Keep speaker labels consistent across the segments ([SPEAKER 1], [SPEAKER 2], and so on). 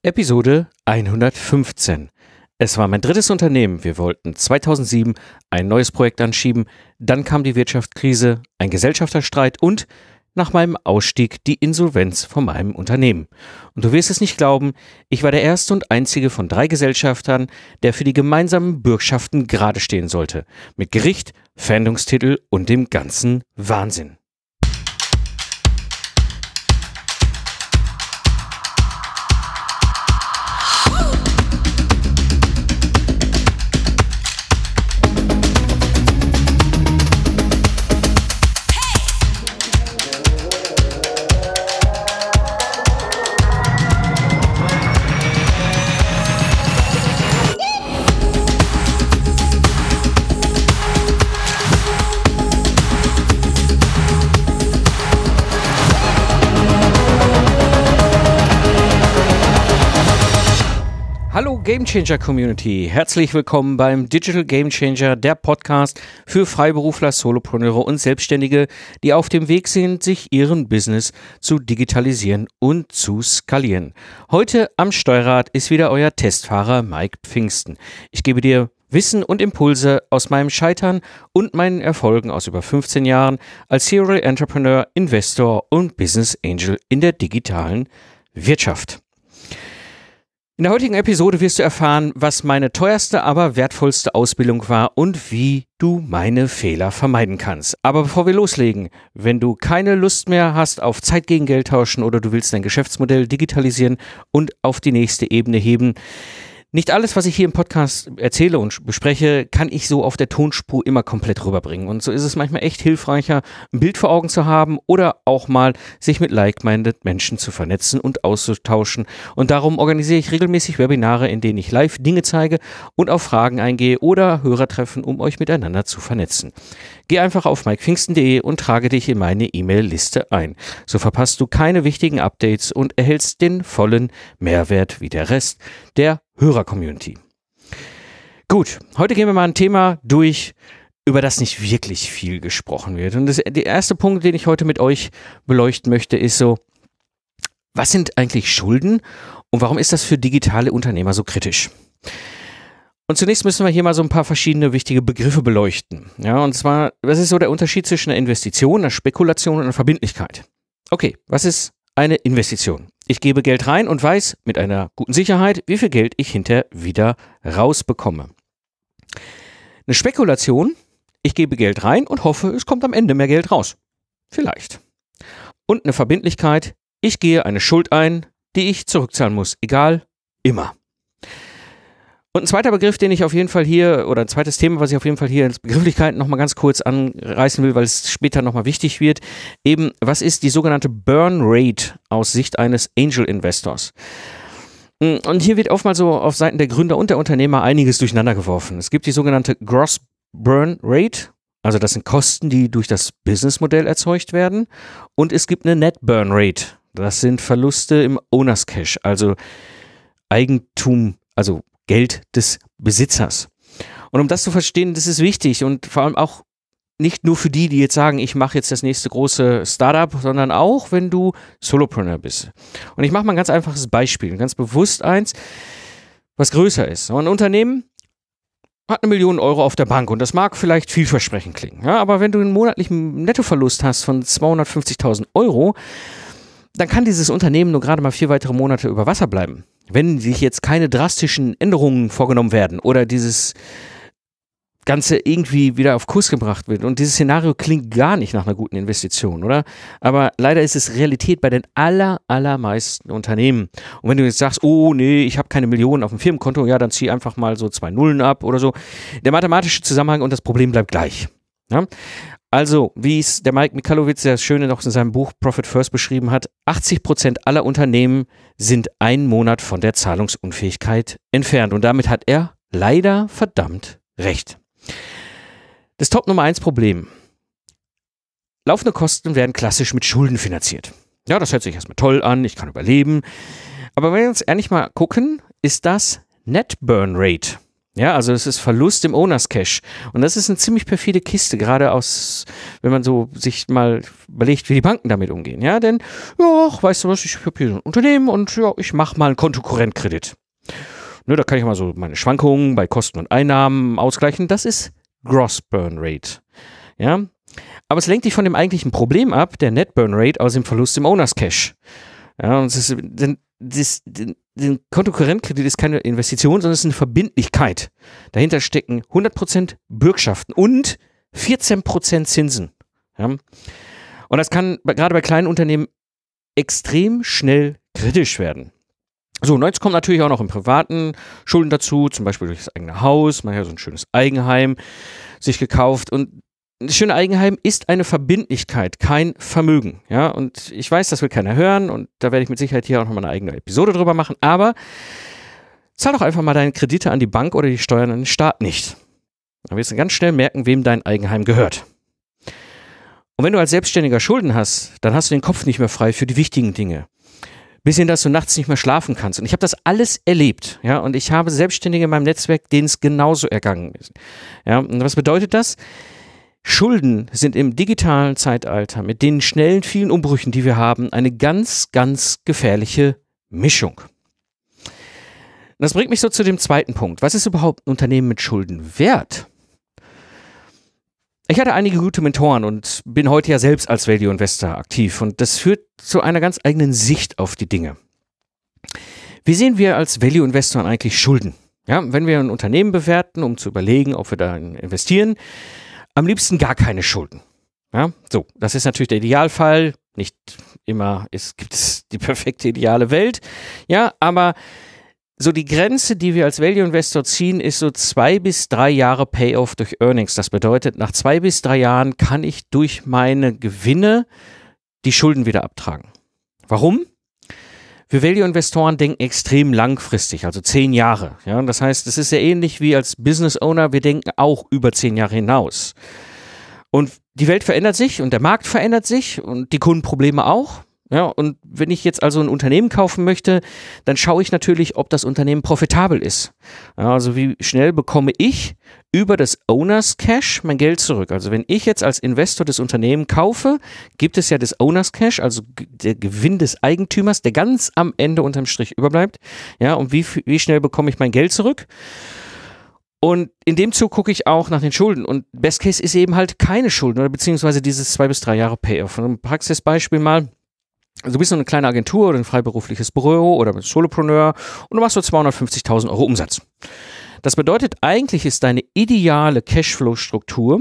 [SPEAKER 1] Episode 115. Es war mein drittes Unternehmen. Wir wollten 2007 ein neues Projekt anschieben. Dann kam die Wirtschaftskrise, ein Gesellschafterstreit und nach meinem Ausstieg die Insolvenz von meinem Unternehmen. Und du wirst es nicht glauben, ich war der erste und einzige von 3 Gesellschaftern, der für die gemeinsamen Bürgschaften gerade stehen sollte. Mit Gericht, Pfändungstitel und dem ganzen Wahnsinn. Hallo Gamechanger Community, herzlich willkommen beim Digital Gamechanger, der Podcast für Freiberufler, Solopreneure und Selbstständige, die auf dem Weg sind, sich ihren Business zu digitalisieren und zu skalieren. Heute am Steuerrad ist wieder euer Testfahrer Mike Pfingsten. Ich gebe dir Wissen und Impulse aus meinem Scheitern und meinen Erfolgen aus über 15 Jahren als Serial Entrepreneur, Investor und Business Angel in der digitalen Wirtschaft. In der heutigen Episode wirst du erfahren, was meine teuerste, aber wertvollste Ausbildung war und wie du meine Fehler vermeiden kannst. Aber bevor wir loslegen, wenn du keine Lust mehr hast auf Zeit gegen Geld tauschen oder du willst dein Geschäftsmodell digitalisieren und auf die nächste Ebene heben, nicht alles, was ich hier im Podcast erzähle und bespreche, kann ich so auf der Tonspur immer komplett rüberbringen. Und so ist es manchmal echt hilfreicher, ein Bild vor Augen zu haben oder auch mal sich mit like-minded Menschen zu vernetzen und auszutauschen. Und darum organisiere ich regelmäßig Webinare, in denen ich live Dinge zeige und auf Fragen eingehe oder Hörertreffen, um euch miteinander zu vernetzen. Geh einfach auf mikepfingsten.de und trage dich in meine E-Mail-Liste ein. So verpasst du keine wichtigen Updates und erhältst den vollen Mehrwert wie der Rest der Hörer-Community. Gut, heute gehen wir mal ein Thema durch, über das nicht wirklich viel gesprochen wird. Und der erste Punkt, den ich heute mit euch beleuchten möchte, ist so, was sind eigentlich Schulden und warum ist das für digitale Unternehmer so kritisch? Und zunächst müssen wir hier mal so ein paar verschiedene wichtige Begriffe beleuchten. Ja, und zwar, was ist so der Unterschied zwischen einer Investition, einer Spekulation und einer Verbindlichkeit? Okay, was ist eine Investition? Ich gebe Geld rein und weiß mit einer guten Sicherheit, wie viel Geld ich hinterher wieder rausbekomme. Eine Spekulation, ich gebe Geld rein und hoffe, es kommt am Ende mehr Geld raus. Vielleicht. Und eine Verbindlichkeit, ich gehe eine Schuld ein, die ich zurückzahlen muss, egal, immer. Und ein zweiter Begriff, den ich auf jeden Fall hier, oder ein zweites Thema, was ich auf jeden Fall hier als Begrifflichkeit nochmal ganz kurz anreißen will, weil es später nochmal wichtig wird, eben, was ist die sogenannte Burn Rate aus Sicht eines Angel Investors? Und hier wird oftmals so auf Seiten der Gründer und der Unternehmer einiges durcheinander geworfen. Es gibt die sogenannte Gross Burn Rate, also das sind Kosten, die durch das Businessmodell erzeugt werden, und es gibt eine Net Burn Rate, das sind Verluste im Owner's Cash, also Eigentum, also Geld des Besitzers. Und um das zu verstehen, das ist wichtig und vor allem auch nicht nur für die jetzt sagen, ich mache jetzt das nächste große Startup, sondern auch, wenn du Solopreneur bist. Und ich mache mal ein ganz einfaches Beispiel, ganz bewusst eins, was größer ist. Ein Unternehmen hat 1 Million Euro auf der Bank und das mag vielleicht vielversprechend klingen. Ja, aber wenn du einen monatlichen Nettoverlust hast von 250.000 Euro, dann kann dieses Unternehmen nur gerade mal 4 weitere Monate über Wasser bleiben. Wenn sich jetzt keine drastischen Änderungen vorgenommen werden oder dieses Ganze irgendwie wieder auf Kurs gebracht wird. Und dieses Szenario klingt gar nicht nach einer guten Investition, oder? Aber leider ist es Realität bei den allermeisten Unternehmen. Und wenn du jetzt sagst, oh nee, ich habe keine Millionen auf dem Firmenkonto, ja, dann zieh einfach mal so 2 Nullen ab oder so. Der mathematische Zusammenhang und das Problem bleibt gleich. Ja? Also, wie es der Mike Michalowicz sehr schön noch in seinem Buch Profit First beschrieben hat, 80% aller Unternehmen sind 1 Monat von der Zahlungsunfähigkeit entfernt. Und damit hat er leider verdammt recht. Das Top Nummer 1 Problem. Laufende Kosten werden klassisch mit Schulden finanziert. Ja, das hört sich erstmal toll an, ich kann überleben. Aber wenn wir uns ehrlich mal gucken, ist das Net Burn Rate. Ja, also es ist Verlust im Owners Cash. Und das ist eine ziemlich perfide Kiste, gerade wenn man so sich mal überlegt, wie die Banken damit umgehen. Ja, denn, ja, weißt du was, ich habe hier so ein Unternehmen und ja, ich mache mal einen Kontokorrentkredit. Ne, da kann ich mal so meine Schwankungen bei Kosten und Einnahmen ausgleichen. Das ist Gross Burn Rate. Ja, aber es lenkt dich von dem eigentlichen Problem ab, der Net Burn Rate aus dem Verlust im Owners Cash. Ja, und den Kontokorrentkredit ist keine Investition, sondern es ist eine Verbindlichkeit. Dahinter stecken 100% Bürgschaften und 14% Zinsen. Ja? Und das kann gerade bei kleinen Unternehmen extrem schnell kritisch werden. So, und jetzt kommt natürlich auch noch im privaten Schulden dazu, zum Beispiel durch das eigene Haus, man hat ja so ein schönes Eigenheim sich gekauft und das schöne Eigenheim ist eine Verbindlichkeit, kein Vermögen. Ja, und ich weiß, das will keiner hören und da werde ich mit Sicherheit hier auch nochmal eine eigene Episode drüber machen, aber zahl doch einfach mal deine Kredite an die Bank oder die Steuern an den Staat nicht. Dann wirst du ganz schnell merken, wem dein Eigenheim gehört. Und wenn du als Selbstständiger Schulden hast, dann hast du den Kopf nicht mehr frei für die wichtigen Dinge. Bis hin, dass du nachts nicht mehr schlafen kannst. Und ich habe das alles erlebt. Ja, und ich habe Selbstständige in meinem Netzwerk, denen es genauso ergangen ist. Ja, und was bedeutet das? Schulden sind im digitalen Zeitalter mit den schnellen, vielen Umbrüchen, die wir haben, eine ganz, ganz gefährliche Mischung. Das bringt mich so zu dem zweiten Punkt. Was ist überhaupt ein Unternehmen mit Schulden wert? Ich hatte einige gute Mentoren und bin heute ja selbst als Value Investor aktiv und das führt zu einer ganz eigenen Sicht auf die Dinge. Wie sehen wir als Value Investoren eigentlich Schulden? Ja, wenn wir ein Unternehmen bewerten, um zu überlegen, ob wir da investieren, am liebsten gar keine Schulden. Ja, so, das ist natürlich der Idealfall. Nicht immer gibt es die perfekte ideale Welt. Ja, aber so die Grenze, die wir als Value Investor ziehen, ist so 2 bis 3 Jahre Payoff durch Earnings. Das bedeutet, nach 2 bis 3 Jahren kann ich durch meine Gewinne die Schulden wieder abtragen. Warum? Wir Value-Investoren denken extrem langfristig, also 10 Jahre. Ja, das heißt, es ist sehr ähnlich wie als Business Owner, wir denken auch über 10 Jahre hinaus. Und die Welt verändert sich und der Markt verändert sich und die Kundenprobleme auch. Ja, und wenn ich jetzt also ein Unternehmen kaufen möchte, dann schaue ich natürlich, ob das Unternehmen profitabel ist. Ja, also wie schnell bekomme ich über das Owners Cash mein Geld zurück. Also wenn ich jetzt als Investor das Unternehmen kaufe, gibt es ja das Owners Cash, also der Gewinn des Eigentümers, der ganz am Ende unterm Strich überbleibt. Ja, und wie schnell bekomme ich mein Geld zurück? Und in dem Zug gucke ich auch nach den Schulden. Und Best Case ist eben halt keine Schulden oder beziehungsweise dieses 2 bis 3 Jahre Payoff. Und ein Praxisbeispiel mal. Du bist so eine kleine Agentur oder ein freiberufliches Büro oder ein Solopreneur und du machst so 250.000 Euro Umsatz. Das bedeutet, eigentlich ist deine ideale Cashflow-Struktur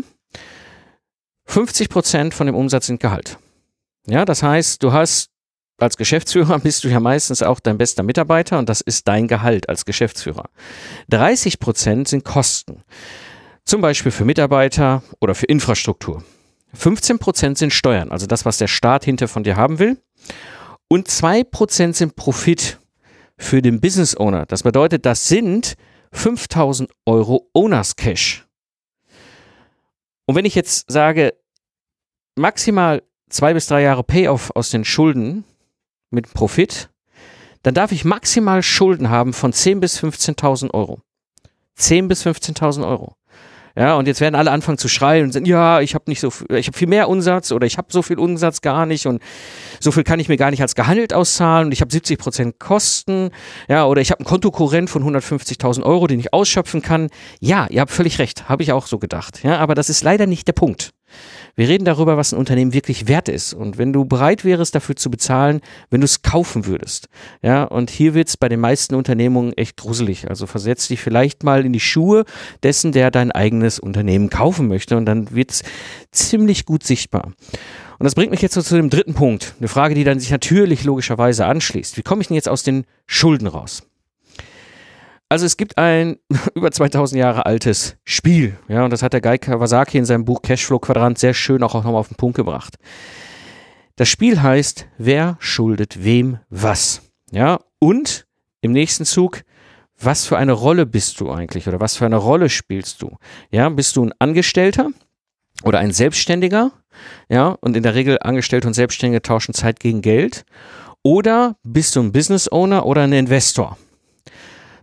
[SPEAKER 1] 50% von dem Umsatz sind Gehalt. Ja, das heißt, du hast als Geschäftsführer bist du ja meistens auch dein bester Mitarbeiter und das ist dein Gehalt als Geschäftsführer. 30% sind Kosten. Zum Beispiel für Mitarbeiter oder für Infrastruktur. 15% sind Steuern, also das, was der Staat hinter von dir haben will. Und 2% sind Profit für den Business Owner. Das bedeutet, das sind 5.000 Euro Owners Cash. Und wenn ich jetzt sage, maximal 2 bis 3 Jahre Payoff aus den Schulden mit Profit, dann darf ich maximal Schulden haben von 10.000 bis 15.000 Euro. 10.000 bis 15.000 Euro. Ja, und jetzt werden alle anfangen zu schreien und sagen, ja, ich habe viel mehr Umsatz oder ich habe so viel Umsatz gar nicht und so viel kann ich mir gar nicht als Gehalt auszahlen und ich habe 70% Kosten, ja, oder ich habe einen Kontokorrent von 150.000 Euro, den ich ausschöpfen kann. Ja, ihr habt völlig recht, habe ich auch so gedacht. Ja, aber das ist leider nicht der Punkt. Wir reden darüber, was ein Unternehmen wirklich wert ist. Und wenn du bereit wärst, dafür zu bezahlen, wenn du es kaufen würdest. Ja, und hier wird es bei den meisten Unternehmungen echt gruselig. Also versetz dich vielleicht mal in die Schuhe dessen, der dein eigenes Unternehmen kaufen möchte. Und dann wird es ziemlich gut sichtbar. Und das bringt mich jetzt so zu dem dritten Punkt. Eine Frage, die dann sich natürlich logischerweise anschließt. Wie komme ich denn jetzt aus den Schulden raus? Also es gibt ein über 2000 Jahre altes Spiel, ja, und das hat der Guy Kawasaki in seinem Buch Cashflow Quadrant sehr schön auch nochmal auf den Punkt gebracht. Das Spiel heißt, wer schuldet wem was, ja, und im nächsten Zug, was für eine Rolle bist du eigentlich oder was für eine Rolle spielst du, ja, bist du ein Angestellter oder ein Selbstständiger, ja, und in der Regel Angestellte und Selbstständige tauschen Zeit gegen Geld, oder bist du ein Business Owner oder ein Investor?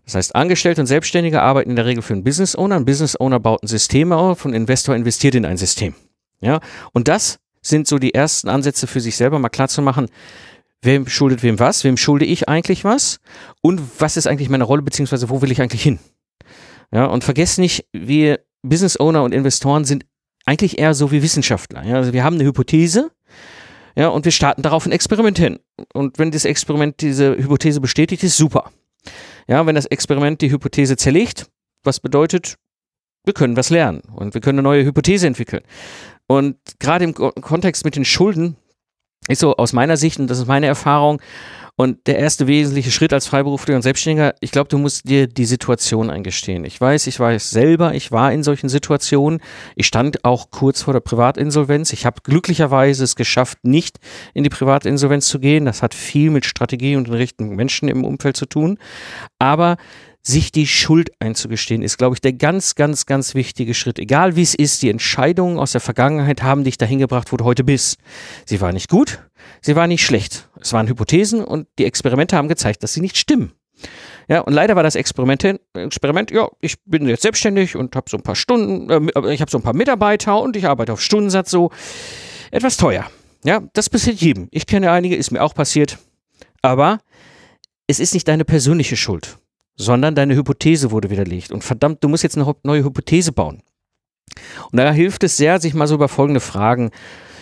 [SPEAKER 1] Das heißt, Angestellte und Selbstständige arbeiten in der Regel für einen Business Owner. Ein Business Owner baut ein System auf und ein Investor investiert in ein System. Ja, und das sind so die ersten Ansätze für sich selber mal klar zu machen, wem schuldet wem was, wem schulde ich eigentlich was und was ist eigentlich meine Rolle, beziehungsweise wo will ich eigentlich hin? Ja, und vergesst nicht, wir Business Owner und Investoren sind eigentlich eher so wie Wissenschaftler. Ja, also wir haben eine Hypothese, ja, und wir starten darauf ein Experiment hin. Und wenn das Experiment diese Hypothese bestätigt, ist super. Ja, wenn das Experiment die Hypothese zerlegt, was bedeutet, wir können was lernen und wir können eine neue Hypothese entwickeln. Und gerade im Kontext mit den Schulden ist so aus meiner Sicht, und das ist meine Erfahrung, und der erste wesentliche Schritt als Freiberufler und Selbstständiger, ich glaube, du musst dir die Situation eingestehen. Ich weiß selber, ich war in solchen Situationen. Ich stand auch kurz vor der Privatinsolvenz. Ich habe glücklicherweise es geschafft, nicht in die Privatinsolvenz zu gehen. Das hat viel mit Strategie und den richtigen Menschen im Umfeld zu tun. Aber sich die Schuld einzugestehen, ist, glaube ich, der ganz, ganz, ganz wichtige Schritt. Egal wie es ist, die Entscheidungen aus der Vergangenheit haben dich dahin gebracht, wo du heute bist. Sie war nicht gut, sie war nicht schlecht. Es waren Hypothesen und die Experimente haben gezeigt, dass sie nicht stimmen. Ja, und leider war das Experiment, ja, ich bin jetzt selbstständig und habe so ein paar Stunden, ich habe so ein paar Mitarbeiter und ich arbeite auf Stundensatz, so etwas teuer. Ja, das passiert jedem. Ich kenne einige, ist mir auch passiert. Aber es ist nicht deine persönliche Schuld, sondern deine Hypothese wurde widerlegt. Und verdammt, du musst jetzt eine neue Hypothese bauen. Und da hilft es sehr, sich mal so über folgende Fragen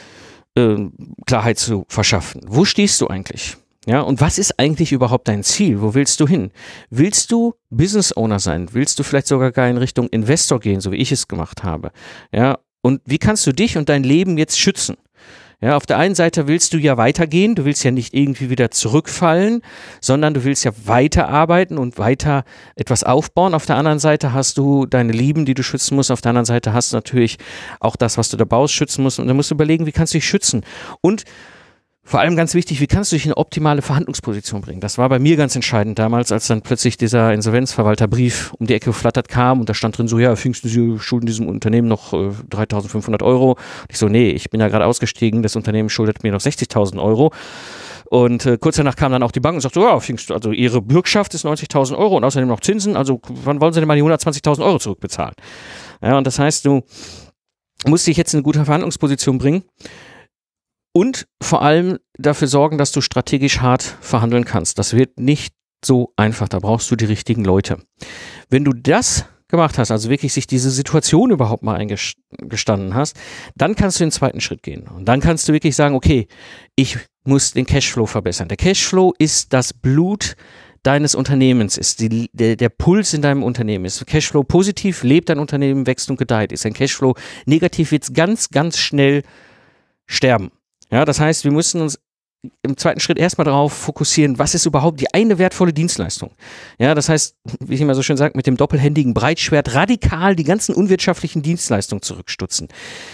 [SPEAKER 1] Klarheit zu verschaffen. Wo stehst du eigentlich? Ja, und was ist eigentlich überhaupt dein Ziel? Wo willst du hin? Willst du Business Owner sein? Willst du vielleicht sogar gar in Richtung Investor gehen, so wie ich es gemacht habe? Ja, und wie kannst du dich und dein Leben jetzt schützen? Ja, auf der einen Seite willst du ja weitergehen, du willst ja nicht irgendwie wieder zurückfallen, sondern du willst ja weiterarbeiten und weiter etwas aufbauen. Auf der anderen Seite hast du deine Lieben, die du schützen musst. Auf der anderen Seite hast du natürlich auch das, was du da baust, schützen musst. Und dann musst du überlegen, wie kannst du dich schützen? Und vor allem ganz wichtig, wie kannst du dich in eine optimale Verhandlungsposition bringen? Das war bei mir ganz entscheidend damals, als dann plötzlich dieser Insolvenzverwalterbrief um die Ecke geflattert kam und da stand drin so, ja, Pfingsten, Sie schulden diesem Unternehmen noch 3.500 Euro. Und ich so, nee, ich bin ja gerade ausgestiegen, das Unternehmen schuldet mir noch 60.000 Euro. Und kurz danach kam dann auch die Bank und sagte, ja, Pfingsten, also Ihre Bürgschaft ist 90.000 Euro und außerdem noch Zinsen, also wann wollen Sie denn mal die 120.000 Euro zurückbezahlen? Ja, und das heißt, du musst dich jetzt in eine gute Verhandlungsposition bringen. Und vor allem dafür sorgen, dass du strategisch hart verhandeln kannst. Das wird nicht so einfach, da brauchst du die richtigen Leute. Wenn du das gemacht hast, also wirklich sich diese Situation überhaupt mal eingestanden hast, dann kannst du den zweiten Schritt gehen. Und dann kannst du wirklich sagen, okay, ich muss den Cashflow verbessern. Der Cashflow ist das Blut deines Unternehmens, ist der Puls in deinem Unternehmen. Ist Cashflow positiv, lebt dein Unternehmen, wächst und gedeiht. Ist ein Cashflow negativ, wird es ganz, ganz schnell sterben. Ja, das heißt, wir müssen uns im zweiten Schritt erstmal darauf fokussieren, was ist überhaupt die eine wertvolle Dienstleistung. Ja, das heißt, wie ich immer so schön sage, mit dem doppelhändigen Breitschwert radikal die ganzen unwirtschaftlichen Dienstleistungen zurückstutzen.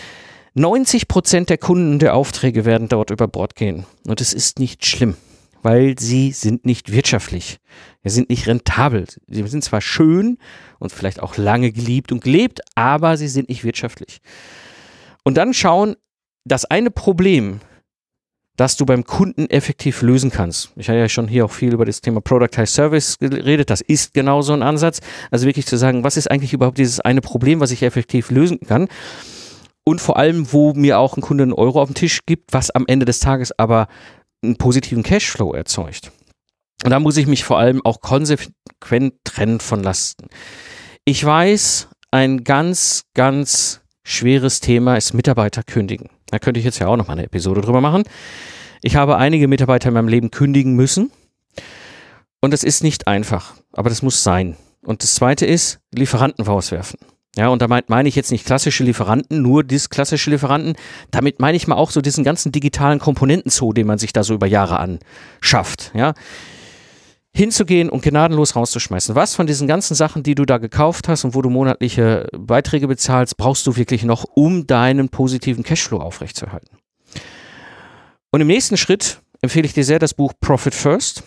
[SPEAKER 1] 90% der Kunden der Aufträge werden dort über Bord gehen. Und es ist nicht schlimm, weil sie sind nicht wirtschaftlich. Sie sind nicht rentabel. Sie sind zwar schön und vielleicht auch lange geliebt und gelebt, aber sie sind nicht wirtschaftlich. Und dann schauen, das eine Problem, das du beim Kunden effektiv lösen kannst. Ich habe ja schon hier auch viel über das Thema Productized Service geredet. Das ist genau so ein Ansatz. Also wirklich zu sagen, was ist eigentlich überhaupt dieses eine Problem, was ich effektiv lösen kann? Und vor allem, wo mir auch ein Kunde einen Euro auf den Tisch gibt, was am Ende des Tages aber einen positiven Cashflow erzeugt. Und da muss ich mich vor allem auch konsequent trennen von Lasten. Ich weiß, ein ganz, ganz schweres Thema ist Mitarbeiter kündigen. Da könnte ich jetzt ja auch noch mal eine Episode drüber machen. Ich habe einige Mitarbeiter in meinem Leben kündigen müssen und das ist nicht einfach, aber das muss sein. Und das zweite ist, Lieferanten rauswerfen. Ja, und damit meine ich jetzt nicht klassische Lieferanten, nur klassische Lieferanten. Damit meine ich mal auch so diesen ganzen digitalen Komponentenzoo, den man sich da so über Jahre anschafft. Ja, hinzugehen und gnadenlos rauszuschmeißen. Was von diesen ganzen Sachen, die du da gekauft hast und wo du monatliche Beiträge bezahlst, brauchst du wirklich noch, um deinen positiven Cashflow aufrechtzuerhalten? Und im nächsten Schritt empfehle ich dir sehr das Buch Profit First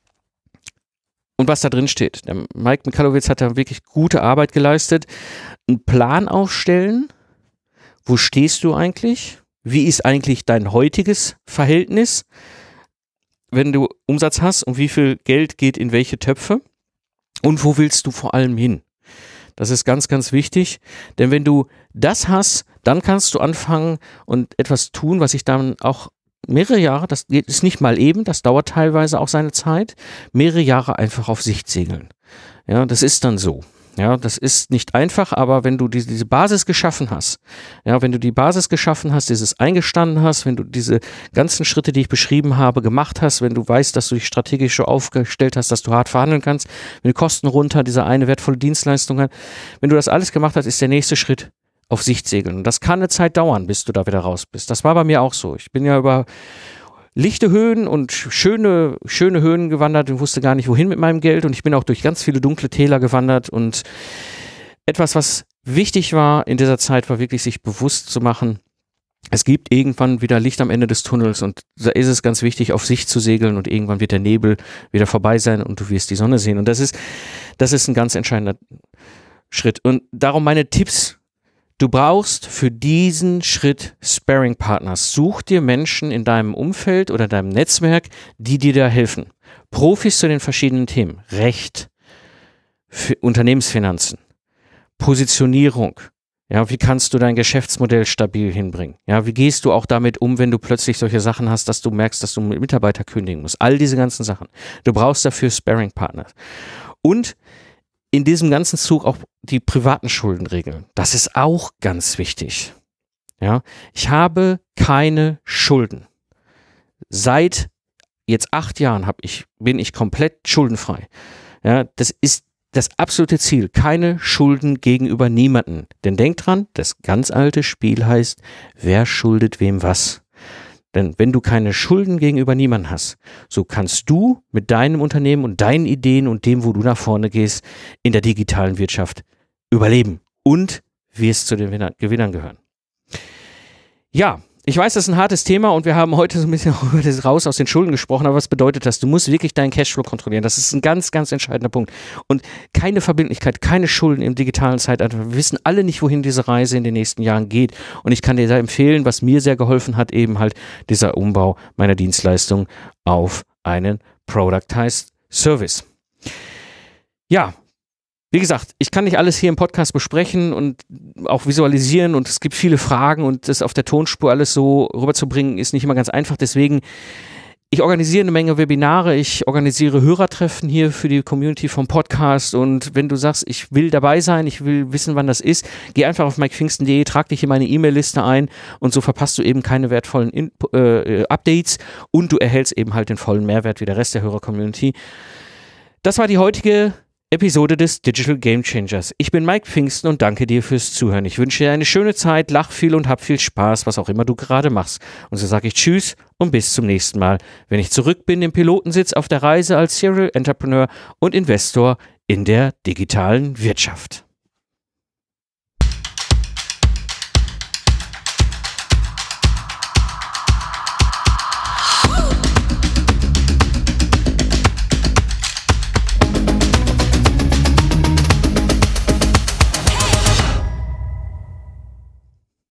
[SPEAKER 1] und was da drin steht. Der Mike Michalowicz hat da wirklich gute Arbeit geleistet. Einen Plan aufstellen. Wo stehst du eigentlich? Wie ist eigentlich dein heutiges Verhältnis, wenn du Umsatz hast und wie viel Geld geht in welche Töpfe? Und wo willst du vor allem hin? Das ist ganz, ganz wichtig, denn wenn du das hast, dann kannst du anfangen und etwas tun, was ich dann auch mehrere Jahre, das ist nicht mal eben, das dauert teilweise auch seine Zeit, mehrere Jahre einfach auf Sicht segeln. Ja, das ist dann so. Ja, das ist nicht einfach, aber wenn du diese Basis geschaffen hast, ja, wenn du die Basis geschaffen hast, dieses eingestanden hast, wenn du diese ganzen Schritte, die ich beschrieben habe, gemacht hast, wenn du weißt, dass du dich strategisch so aufgestellt hast, dass du hart verhandeln kannst, wenn die Kosten runter, diese eine wertvolle Dienstleistung hat, wenn du das alles gemacht hast, ist der nächste Schritt auf Sicht segeln. Und das kann eine Zeit dauern, bis du da wieder raus bist. Das war bei mir auch so. Ich bin ja über lichte Höhen und schöne Höhen gewandert und wusste gar nicht, wohin mit meinem Geld. Und ich bin auch durch ganz viele dunkle Täler gewandert. Und etwas, was wichtig war in dieser Zeit, war wirklich sich bewusst zu machen, es gibt irgendwann wieder Licht am Ende des Tunnels. Und da ist es ganz wichtig, auf Sicht zu segeln. Und irgendwann wird der Nebel wieder vorbei sein und du wirst die Sonne sehen. Und das ist ein ganz entscheidender Schritt. Und darum meine Tipps. Du brauchst für diesen Schritt Sparring-Partners. Such dir Menschen in deinem Umfeld oder deinem Netzwerk, die dir da helfen. Profis zu den verschiedenen Themen. Recht, Unternehmensfinanzen, Positionierung. Ja, wie kannst du dein Geschäftsmodell stabil hinbringen? Ja, wie gehst du auch damit um, wenn du plötzlich solche Sachen hast, dass du merkst, dass du Mitarbeiter kündigen musst? All diese ganzen Sachen. Du brauchst dafür Sparring-Partners. Und in diesem ganzen Zug auch die privaten Schuldenregeln. Das ist auch ganz wichtig. Ja, ich habe keine Schulden. Seit jetzt 8 Jahren bin ich komplett schuldenfrei. Ja, das ist das absolute Ziel. Keine Schulden gegenüber niemanden. Denn denk dran, das ganz alte Spiel heißt, wer schuldet wem was? Denn wenn du keine Schulden gegenüber niemandem hast, so kannst du mit deinem Unternehmen und deinen Ideen und dem, wo du nach vorne gehst, in der digitalen Wirtschaft überleben und wirst zu den Gewinnern gehören. Ja, ich weiß, das ist ein hartes Thema und wir haben heute so ein bisschen über das raus aus den Schulden gesprochen, aber was bedeutet das? Du musst wirklich deinen Cashflow kontrollieren. Das ist ein ganz, ganz entscheidender Punkt. Und keine Verbindlichkeit, keine Schulden im digitalen Zeitalter. Wir wissen alle nicht, wohin diese Reise in den nächsten Jahren geht. Und ich kann dir da empfehlen, was mir sehr geholfen hat, eben halt dieser Umbau meiner Dienstleistung auf einen Productized Service. Ja, wie gesagt, ich kann nicht alles hier im Podcast besprechen und auch visualisieren und es gibt viele Fragen und das auf der Tonspur alles so rüberzubringen ist nicht immer ganz einfach. Deswegen, ich organisiere eine Menge Webinare, ich organisiere Hörertreffen hier für die Community vom Podcast und wenn du sagst, ich will dabei sein, ich will wissen, wann das ist, geh einfach auf mikepfingsten.de, trag dich in meine E-Mail-Liste ein und so verpasst du eben keine wertvollen Updates und du erhältst eben halt den vollen Mehrwert wie der Rest der Hörer-Community. Das war die heutige Episode des Digital Game Changers. Ich bin Mike Pfingsten und danke dir fürs Zuhören. Ich wünsche dir eine schöne Zeit, lach viel und hab viel Spaß, was auch immer du gerade machst. Und so sage ich Tschüss und bis zum nächsten Mal, wenn ich zurück bin im Pilotensitz auf der Reise als Serial Entrepreneur und Investor in der digitalen Wirtschaft.